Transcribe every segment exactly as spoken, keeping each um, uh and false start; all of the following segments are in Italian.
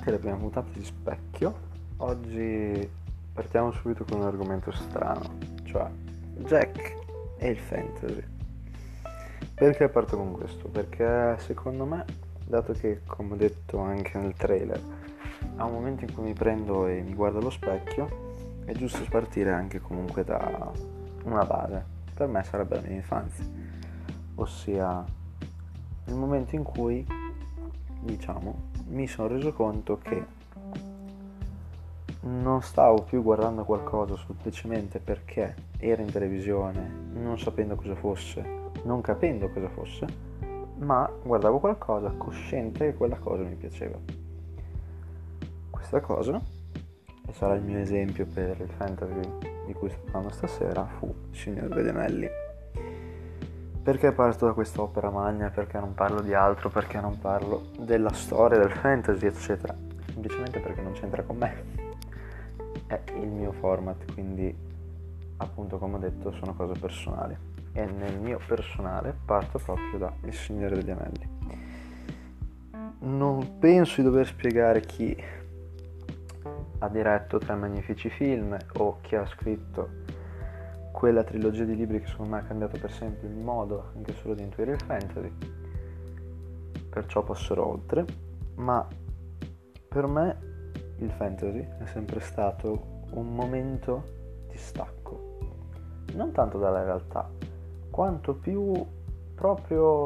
anche la prima puntata di Specchio. Oggi partiamo subito con un argomento strano, cioè Jack e il fantasy. Perché parto con questo? Perché secondo me, dato che, come ho detto anche nel trailer, a un momento in cui mi prendo e mi guardo allo specchio, è giusto partire anche comunque da una base. Per me sarebbe la mia infanzia, ossia il momento in cui, diciamo, mi sono reso conto che non stavo più guardando qualcosa semplicemente perché era in televisione, non sapendo cosa fosse, non capendo cosa fosse, ma guardavo qualcosa cosciente che quella cosa mi piaceva. Questa cosa, e sarà il mio esempio per il fantasy di cui sto parlando stasera, fu Il Signore degli Anelli. Perché parto da quest'opera magna? Perché non parlo di altro? Perché non parlo della storia del fantasy, eccetera? Semplicemente perché non c'entra con me. È il mio format, quindi appunto, come ho detto, sono cose personali. E nel mio personale parto proprio da Il Signore degli Anelli. Non penso di dover spiegare chi ha diretto tre magnifici film o chi ha scritto quella trilogia di libri che secondo me ha cambiato per sempre il modo anche solo di intuire il fantasy, perciò passerò oltre. Ma per me il fantasy è sempre stato un momento di stacco, non tanto dalla realtà quanto più proprio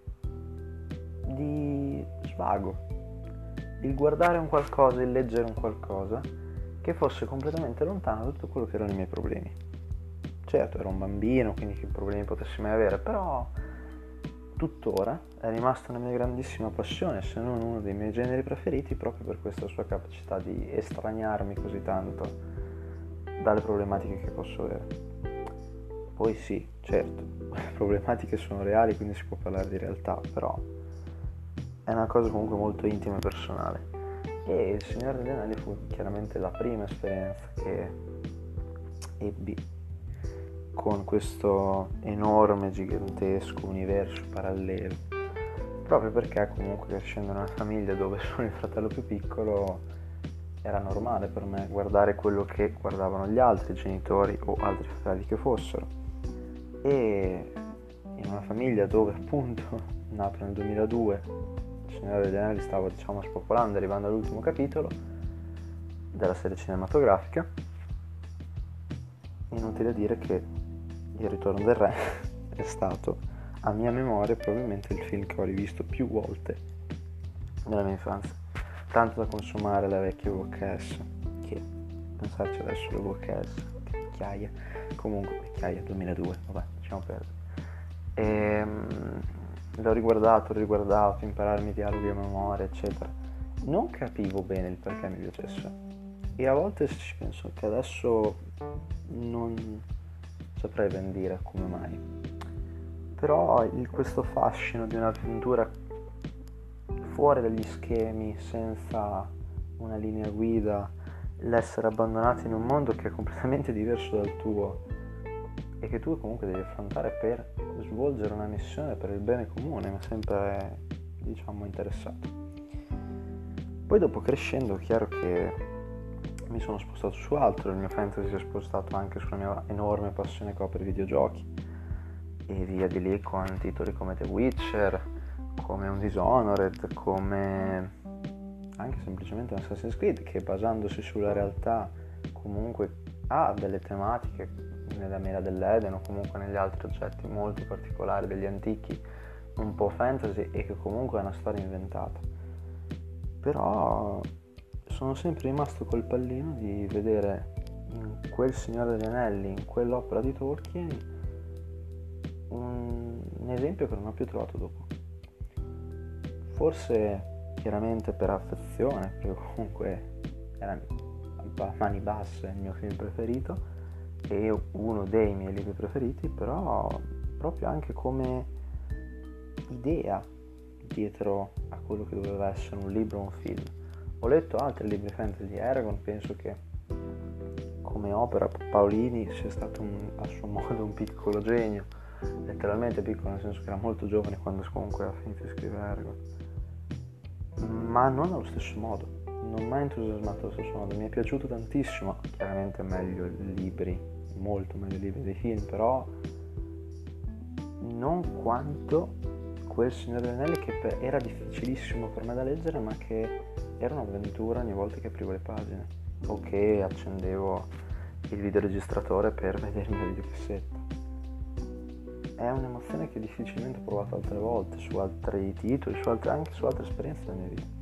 di svago, il guardare un qualcosa, il leggere un qualcosa che fosse completamente lontano da tutto quello che erano i miei problemi. Certo, ero un bambino, quindi che problemi potessi mai avere, però tuttora è rimasta una mia grandissima passione, se non uno dei miei generi preferiti, proprio per questa sua capacità di estraniarmi così tanto dalle problematiche che posso avere. Poi sì, certo, le problematiche sono reali, quindi si può parlare di realtà, però è una cosa comunque molto intima e personale. E Il Signore degli Anelli fu chiaramente la prima esperienza che ebbi con questo enorme, gigantesco universo parallelo, proprio perché comunque crescendo in una famiglia dove sono il fratello più piccolo era normale per me guardare quello che guardavano gli altri genitori o altri fratelli che fossero, e in una famiglia dove appunto, nato nel duemiladue, Il Signore degli Anelli stava diciamo spopolando, arrivando all'ultimo capitolo della serie cinematografica, inutile dire che Il Ritorno del Re è stato, a mia memoria, probabilmente il film che ho rivisto più volte nella mia infanzia, tanto da consumare la vecchia V H S, che pensarci adesso la V H S, che vecchiaia, comunque vecchiaia, duemiladue, vabbè, lasciamo perdere. E, l'ho riguardato, l'ho riguardato, impararmi i dialoghi a memoria, eccetera. Non capivo bene il perché mi piacesse, e a volte ci penso che adesso non saprei ben dire come mai, però il, questo fascino di un'avventura fuori dagli schemi, senza una linea guida, l'essere abbandonati in un mondo che è completamente diverso dal tuo e che tu comunque devi affrontare per svolgere una missione per il bene comune, mi ha sempre, diciamo, interessato. Poi dopo, crescendo, è chiaro che mi sono spostato su altro, il mio fantasy si è spostato anche sulla mia enorme passione che ho per i videogiochi, e via di lì con titoli come The Witcher, come un Dishonored, come anche semplicemente un Assassin's Creed, che basandosi sulla realtà comunque ha delle tematiche nella Mela dell'Eden o comunque negli altri oggetti molto particolari degli antichi, un po' fantasy, e che comunque è una storia inventata. Però sono sempre rimasto col pallino di vedere in quel Signore degli Anelli, in quell'opera di Tolkien, un, un esempio che non ho più trovato dopo. Forse chiaramente per affezione, perché comunque era a mani basse il mio film preferito e uno dei miei libri preferiti, però proprio anche come idea dietro a quello che doveva essere un libro o un film. Ho letto altri libri fantasy di Eragon, penso che come opera Paolini sia stato un, a suo modo un piccolo genio, letteralmente piccolo, nel senso che era molto giovane quando comunque ha finito di scrivere Eragon, ma non allo stesso modo, non mi ha entusiasmato allo stesso modo, mi è piaciuto tantissimo, chiaramente meglio i libri, molto meglio i libri dei film, però non quanto quel Signore degli Anelli, che per, era difficilissimo per me da leggere, ma che era un'avventura ogni volta che aprivo le pagine o che accendevo il videoregistratore per vedermi la videocassetta. È un'emozione che difficilmente ho provato altre volte su altri titoli, su altre, anche su altre esperienze della mia vita.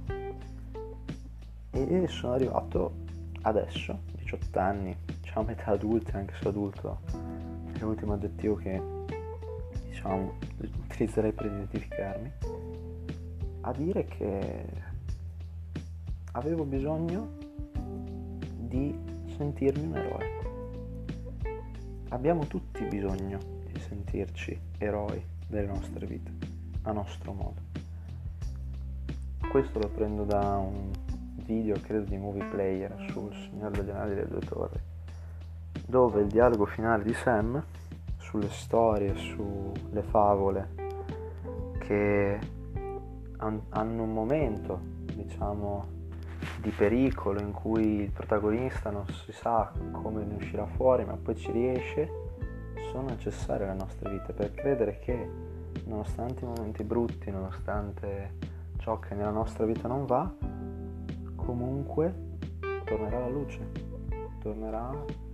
E sono arrivato adesso, diciotto anni, diciamo metà adulta, anche se adulto è l'ultimo aggettivo che, diciamo, utilizzerei per identificarmi, a dire che avevo bisogno di sentirmi un eroe. Abbiamo tutti bisogno di sentirci eroi delle nostre vite, a nostro modo. Questo lo prendo da un video, credo di Movie Player, sul Signore degli Anelli delle Due Torri, dove il dialogo finale di Sam sulle storie, sulle favole che hanno un momento, diciamo, di pericolo in cui il protagonista non si sa come ne uscirà fuori, ma poi ci riesce, sono necessarie alle nostre vite per credere che, nonostante i momenti brutti, nonostante ciò che nella nostra vita non va, comunque tornerà la luce, tornerà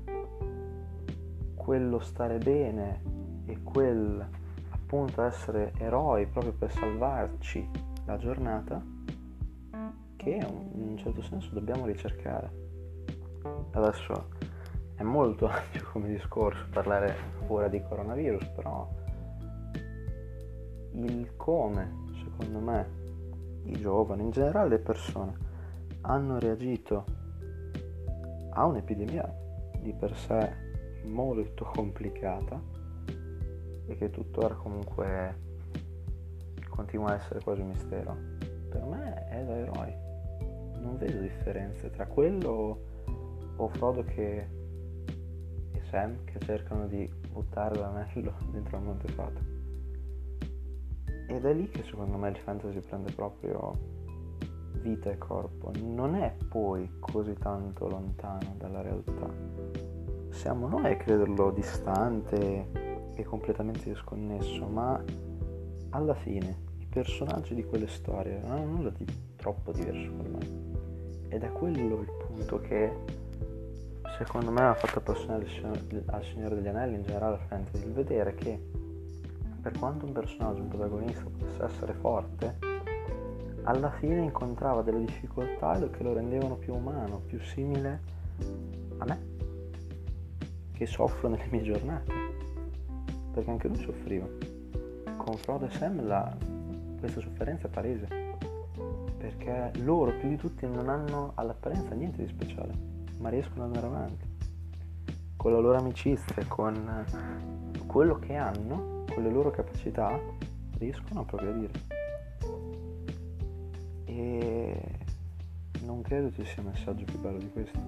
quello stare bene e quel appunto essere eroi proprio per salvarci la giornata, che in un certo senso dobbiamo ricercare. Adesso è molto ampio come discorso parlare ora di coronavirus, però il come, secondo me, i giovani, in generale le persone, hanno reagito a un'epidemia di per sé molto complicata e che tuttora comunque continua a essere quasi un mistero, per me è da eroi. Non vedo differenze tra quello o Frodo che, e Sam che cercano di buttare l'anello dentro il Monte Fata. Ed è lì che secondo me il fantasy prende proprio vita e corpo. Non è poi così tanto lontano dalla realtà. Siamo noi a crederlo distante e completamente disconnesso, ma alla fine i personaggi di quelle storie non hanno nulla di troppo diverso per me. Ed è quello il punto che secondo me mi ha fatto appassionare al Signore degli Anelli, in generale al fantasy, il vedere che per quanto un personaggio, un protagonista potesse essere forte, alla fine incontrava delle difficoltà che lo rendevano più umano, più simile a me, che soffro nelle mie giornate, perché anche lui soffriva. Con Frodo e Sam la, questa sofferenza è palese, perché loro più di tutti non hanno all'apparenza niente di speciale, ma riescono ad andare avanti con la loro amicizia, con quello che hanno, con le loro capacità, riescono a progredire. E non credo ci sia messaggio più bello di questo.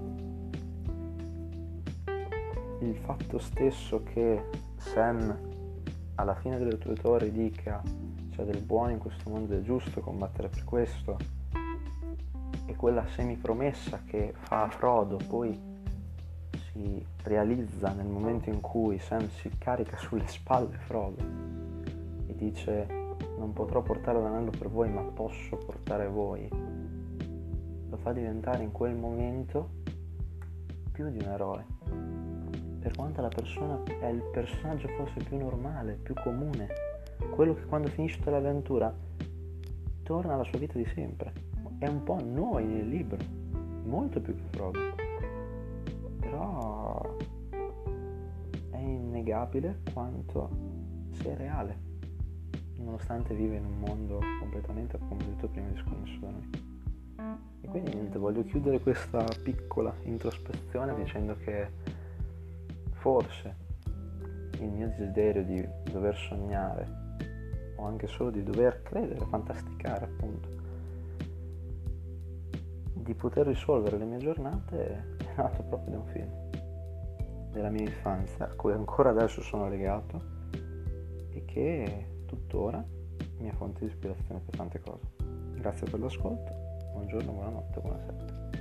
Il fatto stesso che Sam alla fine delle Due Torri dica c'è del buono in questo mondo, è giusto combattere per questo, e quella semipromessa che fa a Frodo poi si realizza nel momento in cui Sam si carica sulle spalle Frodo e dice non potrò portare l'anello per voi ma posso portare voi, lo fa diventare in quel momento più di un eroe, per quanto la persona è il personaggio forse più normale, più comune, quello che quando finisce l'avventura torna alla sua vita di sempre. È un po' noi nel libro, molto più che Frodo, però è innegabile quanto sia reale, nonostante vive in un mondo completamente, come ho detto prima, disconnesso da noi. E quindi niente, voglio chiudere questa piccola introspezione dicendo che forse il mio desiderio di dover sognare o anche solo di dover credere, fantasticare appunto, di poter risolvere le mie giornate è nato proprio da un film della mia infanzia a cui ancora adesso sono legato e che tuttora è mia fonte di ispirazione per tante cose. Grazie per l'ascolto Buongiorno, buonanotte, buonasera.